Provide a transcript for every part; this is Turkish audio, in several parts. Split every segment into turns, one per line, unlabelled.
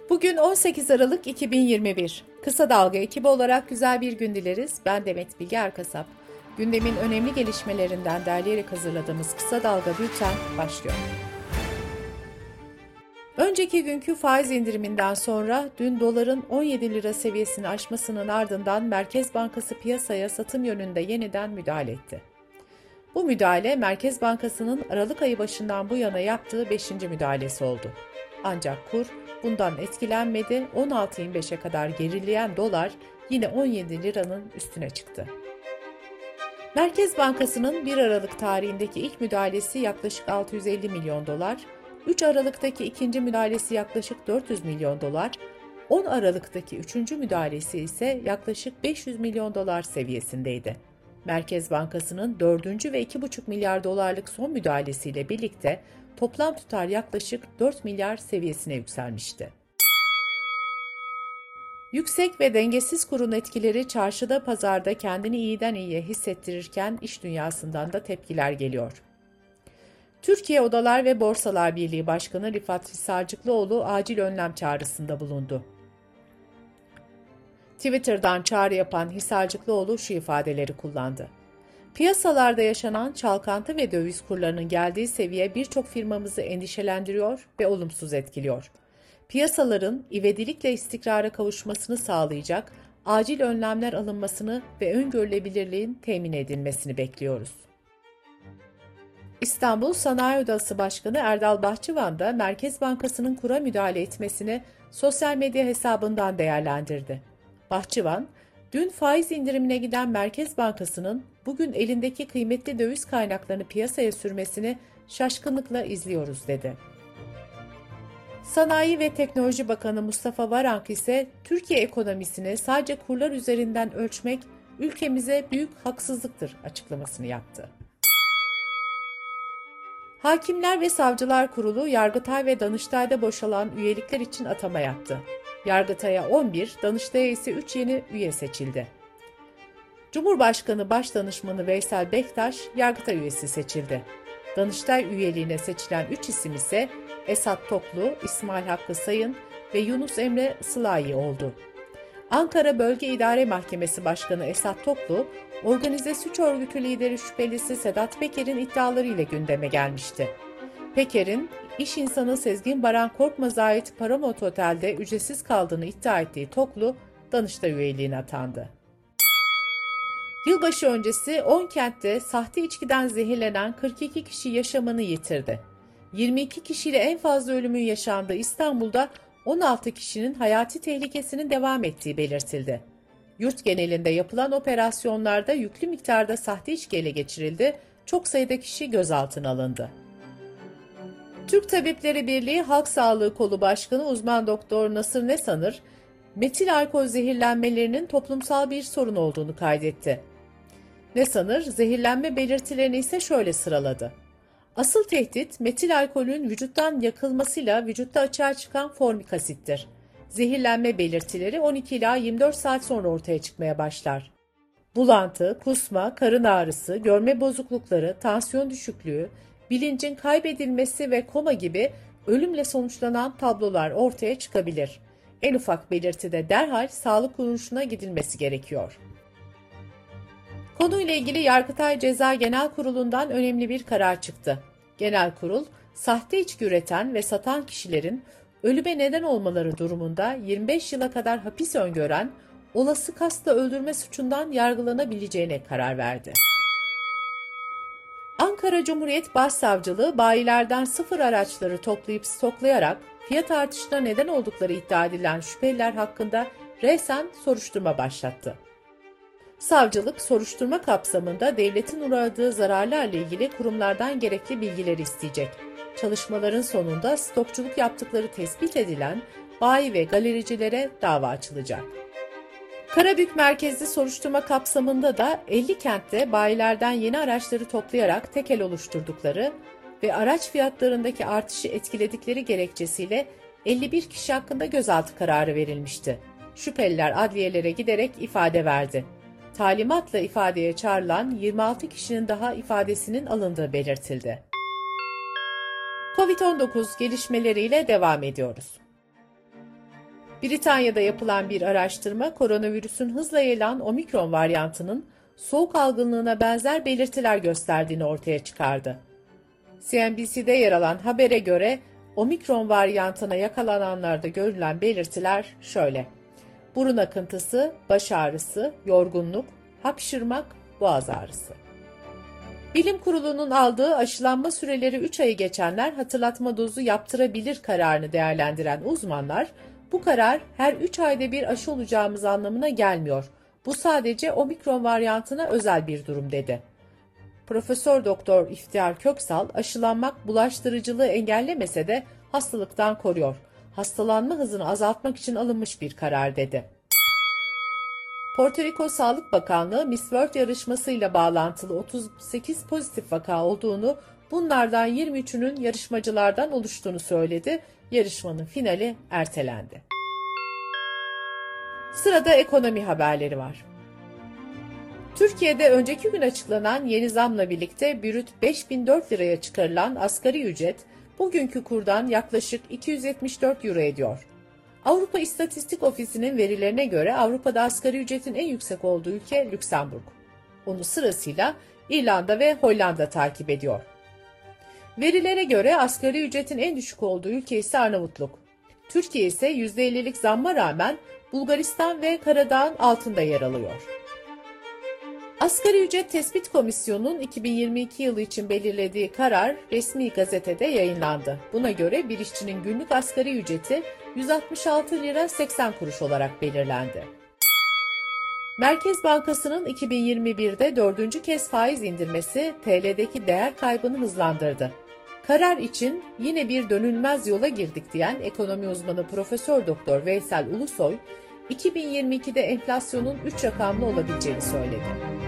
Bugün 18 Aralık 2021. Kısa Dalga ekibi olarak güzel bir gün dileriz. Ben Demet Bilge Erkasap. Gündemin önemli gelişmelerinden derleyerek hazırladığımız Kısa Dalga Bülten başlıyor. Önceki günkü faiz indiriminden sonra dün doların 17 lira seviyesini aşmasının ardından Merkez Bankası piyasaya satım yönünde yeniden müdahale etti. Bu müdahale Merkez Bankası'nın Aralık ayı başından bu yana yaptığı 5. müdahalesi oldu. Ancak kur bundan etkilenmedi, 16.25'e kadar gerileyen dolar yine 17 liranın üstüne çıktı. Merkez Bankası'nın 1 Aralık tarihindeki ilk müdahalesi yaklaşık 650 milyon dolar, 3 Aralık'taki ikinci müdahalesi yaklaşık 400 milyon dolar, 10 Aralık'taki üçüncü müdahalesi ise yaklaşık 500 milyon dolar seviyesindeydi. Merkez Bankası'nın 4. ve 2,5 milyar dolarlık son müdahalesiyle birlikte toplam tutar yaklaşık 4 milyar seviyesine yükselmişti. Yüksek ve dengesiz kurun etkileri çarşıda pazarda kendini iyiden iyiye hissettirirken iş dünyasından da tepkiler geliyor. Türkiye Odalar ve Borsalar Birliği Başkanı Rifat Hisarcıklıoğlu acil önlem çağrısında bulundu. Twitter'dan çağrı yapan Hisarcıklıoğlu şu ifadeleri kullandı. Piyasalarda yaşanan çalkantı ve döviz kurlarının geldiği seviye birçok firmamızı endişelendiriyor ve olumsuz etkiliyor. Piyasaların ivedilikle istikrara kavuşmasını sağlayacak acil önlemler alınmasını ve öngörülebilirliğin temin edilmesini bekliyoruz. İstanbul Sanayi Odası Başkanı Erdal Bahçıvan da Merkez Bankası'nın kura müdahale etmesini sosyal medya hesabından değerlendirdi. Bahçıvan, dün faiz indirimine giden Merkez Bankası'nın bugün elindeki kıymetli döviz kaynaklarını piyasaya sürmesini şaşkınlıkla izliyoruz dedi. Sanayi ve Teknoloji Bakanı Mustafa Varank ise Türkiye ekonomisini sadece kurlar üzerinden ölçmek ülkemize büyük haksızlıktır açıklamasını yaptı. Hakimler ve Savcılar Kurulu, Yargıtay ve Danıştay'da boşalan üyelikler için atama yaptı. Yargıtay'a 11, Danıştay'a ise 3 yeni üye seçildi. Cumhurbaşkanı Başdanışmanı Veysel Bektaş, Yargıtay üyesi seçildi. Danıştay üyeliğine seçilen 3 isim ise Esat Toklu, İsmail Hakkı Sayın ve Yunus Emre Sılahi oldu. Ankara Bölge İdare Mahkemesi Başkanı Esat Toklu, organize suç örgütü lideri şüphelisi Sedat Peker'in iddialarıyla gündeme gelmişti. Peker'in, iş insanı Sezgin Baran Korkmaz'a ait Paramount Otel'de ücretsiz kaldığını iddia ettiği Toklu, Danıştay üyeliğine atandı. Yılbaşı öncesi 10 kentte sahte içkiden zehirlenen 42 kişi yaşamını yitirdi. 22 kişiyle en fazla ölümün yaşandığı İstanbul'da 16 kişinin hayati tehlikesinin devam ettiği belirtildi. Yurt genelinde yapılan operasyonlarda yüklü miktarda sahte içki ele geçirildi, çok sayıda kişi gözaltına alındı. Türk Tabipleri Birliği Halk Sağlığı Kolu Başkanı Uzman Doktor Nasır Nesanır, metil alkol zehirlenmelerinin toplumsal bir sorun olduğunu kaydetti. Nesanır, zehirlenme belirtilerini ise şöyle sıraladı. Asıl tehdit metil alkolün vücuttan yakılmasıyla vücutta açığa çıkan formik asittir. Zehirlenme belirtileri 12 ila 24 saat sonra ortaya çıkmaya başlar. Bulantı, kusma, karın ağrısı, görme bozuklukları, tansiyon düşüklüğü, bilincin kaybedilmesi ve koma gibi ölümle sonuçlanan tablolar ortaya çıkabilir. En ufak belirtide derhal sağlık kuruluşuna gidilmesi gerekiyor. Konuyla ilgili Yargıtay Ceza Genel Kurulu'ndan önemli bir karar çıktı. Genel Kurul, sahte içki üreten ve satan kişilerin ölüme neden olmaları durumunda 25 yıla kadar hapis öngören olası kastla öldürme suçundan yargılanabileceğine karar verdi. Ankara Cumhuriyet Başsavcılığı bayilerden sıfır araçları toplayıp stoklayarak fiyat artışına neden oldukları iddia edilen şüpheliler hakkında resen soruşturma başlattı. Savcılık, soruşturma kapsamında devletin uğradığı zararlarla ilgili kurumlardan gerekli bilgileri isteyecek. Çalışmaların sonunda stokçuluk yaptıkları tespit edilen bayi ve galericilere dava açılacak. Karabük merkezli soruşturma kapsamında da 50 kentte bayilerden yeni araçları toplayarak tekel oluşturdukları ve araç fiyatlarındaki artışı etkiledikleri gerekçesiyle 51 kişi hakkında gözaltı kararı verilmişti. Şüpheliler adliyelere giderek ifade verdi. Talimatla ifadeye çağrılan 26 kişinin daha ifadesinin alındığı belirtildi. Covid-19 gelişmeleriyle devam ediyoruz. Britanya'da yapılan bir araştırma, koronavirüsün hızla yayılan omikron varyantının soğuk algınlığına benzer belirtiler gösterdiğini ortaya çıkardı. CNBC'de yer alan habere göre omikron varyantına yakalananlarda görülen belirtiler şöyle: burun akıntısı, baş ağrısı, yorgunluk, hapşırmak, boğaz ağrısı. Bilim Kurulu'nun aldığı aşılanma süreleri 3 ayı geçenler hatırlatma dozu yaptırabilir kararını değerlendiren uzmanlar, bu karar her 3 ayda bir aşı olacağımız anlamına gelmiyor. Bu sadece omikron varyantına özel bir durum dedi. Profesör Doktor İftihar Köksal, aşılanmak bulaştırıcılığı engellemese de hastalıktan koruyor. Hastalanma hızını azaltmak için alınmış bir karar dedi. Porto Rico Sağlık Bakanlığı Miss World yarışmasıyla bağlantılı 38 pozitif vaka olduğunu, bunlardan 23'ünün yarışmacılardan oluştuğunu söyledi. Yarışmanın finali ertelendi. Sırada ekonomi haberleri var. Türkiye'de önceki gün açıklanan yeni zamla birlikte brüt 5.004 liraya çıkarılan asgari ücret bugünkü kurdan yaklaşık 274 euro ediyor. Avrupa İstatistik Ofisi'nin verilerine göre Avrupa'da asgari ücretin en yüksek olduğu ülke Lüksemburg. Onu sırasıyla İrlanda ve Hollanda takip ediyor. Verilere göre asgari ücretin en düşük olduğu ülke ise Arnavutluk. Türkiye ise %50'lik zamma rağmen Bulgaristan ve Karadağ'ın altında yer alıyor. Asgari Ücret Tespit Komisyonu'nun 2022 yılı için belirlediği karar resmi gazetede yayınlandı. Buna göre bir işçinin günlük asgari ücreti 166 lira 80 kuruş olarak belirlendi. Merkez Bankası'nın 2021'de 4. kez faiz indirmesi TL'deki değer kaybını hızlandırdı. Karar için yine bir dönülmez yola girdik diyen ekonomi uzmanı Profesör Doktor Veysel Ulusoy, 2022'de enflasyonun 3 rakamlı olabileceğini söyledi.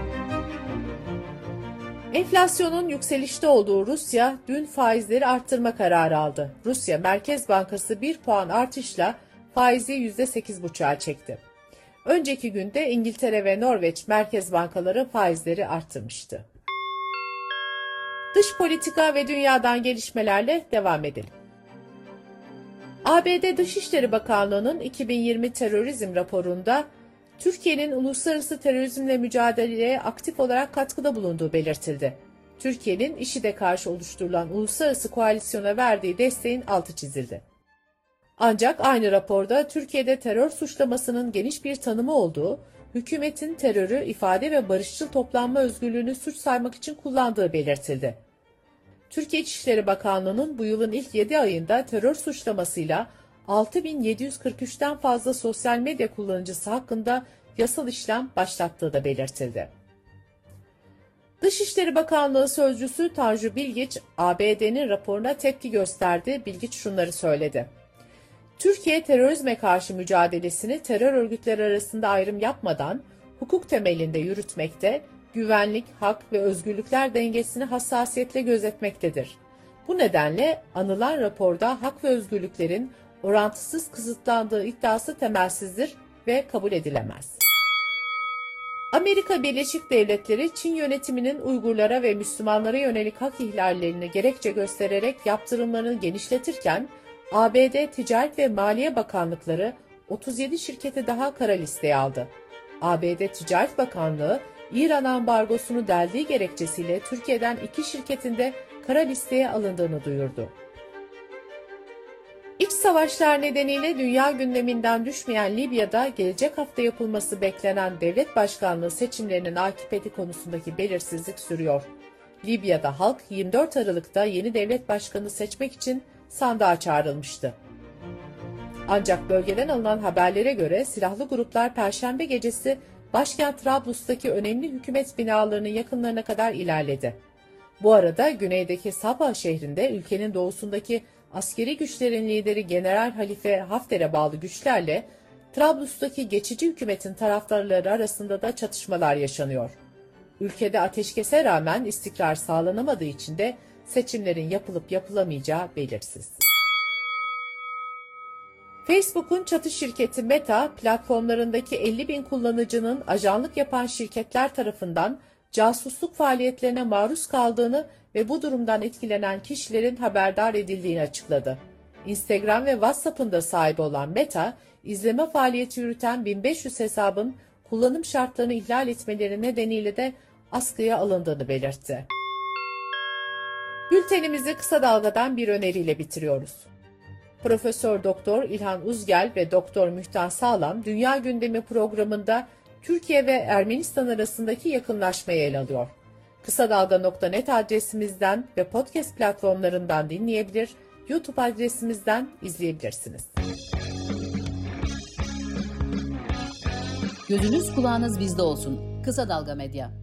Enflasyonun yükselişte olduğu Rusya dün faizleri arttırma kararı aldı. Rusya Merkez Bankası 1 puan artışla faizi %8,5'a çekti. Önceki günde İngiltere ve Norveç merkez bankaları faizleri arttırmıştı. Dış politika ve dünyadan gelişmelerle devam edelim. ABD Dışişleri Bakanlığı'nın 2020 terörizm raporunda Türkiye'nin uluslararası terörizmle mücadeleye aktif olarak katkıda bulunduğu belirtildi. Türkiye'nin IŞİD'e karşı oluşturulan uluslararası koalisyona verdiği desteğin altı çizildi. Ancak aynı raporda Türkiye'de terör suçlamasının geniş bir tanımı olduğu, hükümetin terörü, ifade ve barışçıl toplanma özgürlüğünü suç saymak için kullandığı belirtildi. Türkiye İçişleri Bakanlığı'nın bu yılın ilk 7 ayında terör suçlamasıyla 6.743'ten fazla sosyal medya kullanıcısı hakkında yasal işlem başlattığı da belirtildi. Dışişleri Bakanlığı Sözcüsü Tanju Bilgiç, ABD'nin raporuna tepki gösterdi. Bilgiç şunları söyledi: Türkiye terörizme karşı mücadelesini terör örgütleri arasında ayrım yapmadan hukuk temelinde yürütmekte, güvenlik, hak ve özgürlükler dengesini hassasiyetle gözetmektedir. Bu nedenle anılan raporda hak ve özgürlüklerin orantısız kısıtlandığı iddiası temelsizdir ve kabul edilemez. Amerika Birleşik Devletleri, Çin yönetiminin Uygurlara ve Müslümanlara yönelik hak ihlallerini gerekçe göstererek yaptırımlarını genişletirken, ABD Ticaret ve Maliye Bakanlıkları 37 şirketi daha kara listeye aldı. ABD Ticaret Bakanlığı, İran ambargosunu deldiği gerekçesiyle Türkiye'den 2 şirketin de kara listeye alındığını duyurdu. İç savaşlar nedeniyle dünya gündeminden düşmeyen Libya'da gelecek hafta yapılması beklenen devlet başkanlığı seçimlerinin akıbeti konusundaki belirsizlik sürüyor. Libya'da halk 24 Aralık'ta yeni devlet başkanı seçmek için sandığa çağrılmıştı. Ancak bölgeden alınan haberlere göre silahlı gruplar Perşembe gecesi başkent Trablus'taki önemli hükümet binalarının yakınlarına kadar ilerledi. Bu arada güneydeki Sabha şehrinde ülkenin doğusundaki askeri güçlerin lideri General Halife Hafter'e bağlı güçlerle Trablus'taki geçici hükümetin taraftarları arasında da çatışmalar yaşanıyor. Ülkede ateşkese rağmen istikrar sağlanamadığı için de seçimlerin yapılıp yapılamayacağı belirsiz. Facebook'un çatı şirketi Meta, platformlarındaki 50.000 kullanıcının ajanlık yapan şirketler tarafından casusluk faaliyetlerine maruz kaldığını ve bu durumdan etkilenen kişilerin haberdar edildiğini açıkladı. Instagram ve WhatsApp'ın da sahibi olan Meta, izleme faaliyeti yürüten 1500 hesabın kullanım şartlarını ihlal etmeleri nedeniyle de askıya alındığını belirtti. Bültenimizi kısa dalgadan bir öneriyle bitiriyoruz. Profesör Doktor İlhan Uzgel ve Doktor Mühtan Sağlam Dünya Gündemi programında Türkiye ve Ermenistan arasındaki yakınlaşmayı ele alıyor. Kısadalga.net adresimizden ve podcast platformlarından dinleyebilir, YouTube adresimizden izleyebilirsiniz.
Gözünüz kulağınız bizde olsun. Kısa Dalga Medya.